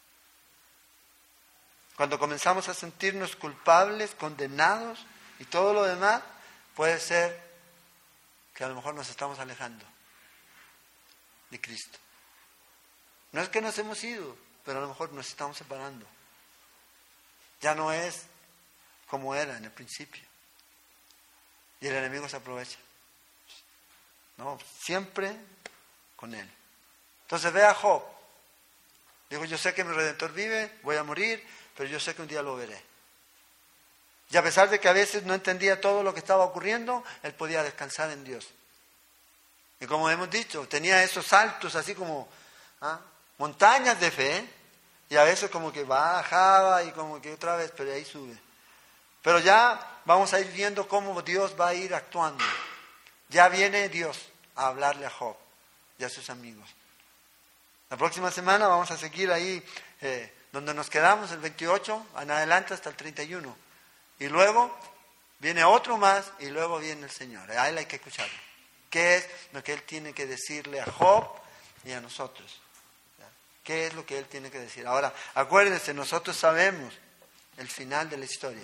Cuando comenzamos a sentirnos culpables, condenados y todo lo demás, puede ser que a lo mejor nos estamos alejando de Cristo. No es que nos hemos ido, pero a lo mejor nos estamos separando. Ya no es como era en el principio. Y el enemigo se aprovecha. No, siempre con Él. Entonces ve a Job. Dijo, yo sé que mi Redentor vive, voy a morir, pero yo sé que un día lo veré. Y a pesar de que a veces no entendía todo lo que estaba ocurriendo, él podía descansar en Dios. Y como hemos dicho, tenía esos saltos así como ¿ah? montañas de fe, y a veces como que bajaba y como que otra vez, pero ahí sube. Pero ya vamos a ir viendo cómo Dios va a ir actuando. Ya viene Dios a hablarle a Job y a sus amigos. La próxima semana vamos a seguir ahí eh, donde nos quedamos, el veintiocho, en adelante hasta el treinta y uno. Y luego viene otro más y luego viene el Señor. A Él hay que escucharlo. ¿Qué es lo que Él tiene que decirle a Job y a nosotros? ¿Qué es lo que Él tiene que decir? Ahora, acuérdense, nosotros sabemos el final de la historia.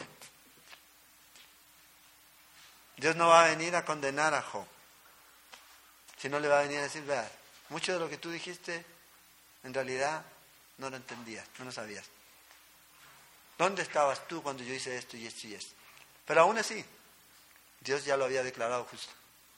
Dios no va a venir a condenar a Job, sino le va a venir a decir, vea, mucho de lo que tú dijiste, en realidad no lo entendías, no lo sabías. ¿Dónde estabas tú cuando yo hice esto y esto y esto? Pero aún así, Dios ya lo había declarado justo.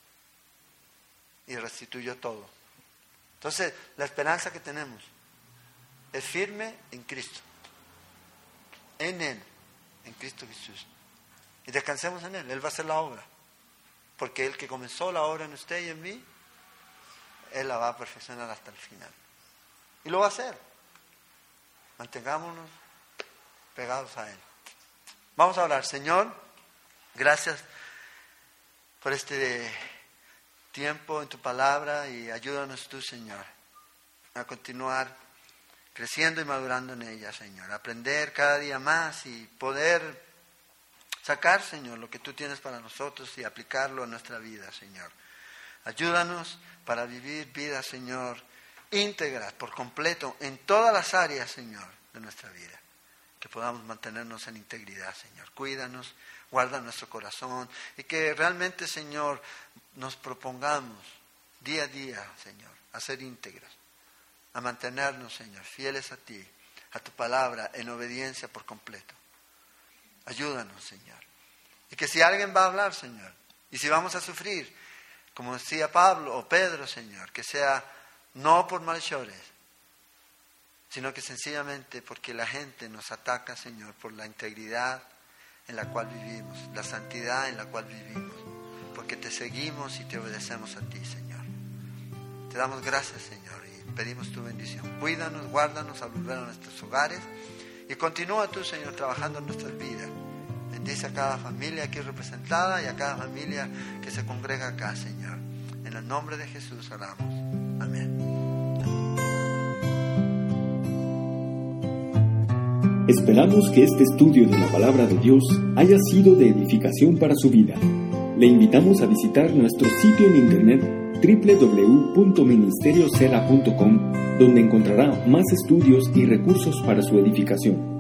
Y restituyó todo. Entonces, la esperanza que tenemos es firme en Cristo. En Él, en Cristo Jesús. Y descansemos en Él, Él va a hacer la obra. Porque el que comenzó la obra en usted y en mí, Él la va a perfeccionar hasta el final. Y lo va a hacer. Mantengámonos pegados a Él. Vamos a orar. Señor, gracias por este tiempo en tu palabra y ayúdanos tú, Señor, a continuar creciendo y madurando en ella, Señor. Aprender cada día más y poder sacar, Señor, lo que tú tienes para nosotros y aplicarlo a nuestra vida, Señor. Ayúdanos para vivir vidas, Señor, íntegras por completo en todas las áreas, Señor, de nuestra vida. Que podamos mantenernos en integridad, Señor. Cuídanos, guarda nuestro corazón y que realmente, Señor, nos propongamos día a día, Señor, a ser íntegros, a mantenernos, Señor, fieles a ti, a tu palabra, en obediencia por completo. Ayúdanos, Señor. Y que si alguien va a hablar, Señor, y si vamos a sufrir, como decía Pablo o Pedro, Señor, que sea no por malhechores, sino que sencillamente porque la gente nos ataca, Señor, por la integridad en la cual vivimos, la santidad en la cual vivimos, porque te seguimos y te obedecemos a ti, Señor. Te damos gracias, Señor, y pedimos tu bendición. Cuídanos, guárdanos al volver a nuestros hogares y continúa tú, Señor, trabajando en nuestras vidas. Bendice a cada familia aquí representada y a cada familia que se congrega acá, Señor. En el nombre de Jesús oramos. Amén. Esperamos que este estudio de la Palabra de Dios haya sido de edificación para su vida. Le invitamos a visitar nuestro sitio en internet doble u doble u doble u punto ministerio cela punto com, donde encontrará más estudios y recursos para su edificación.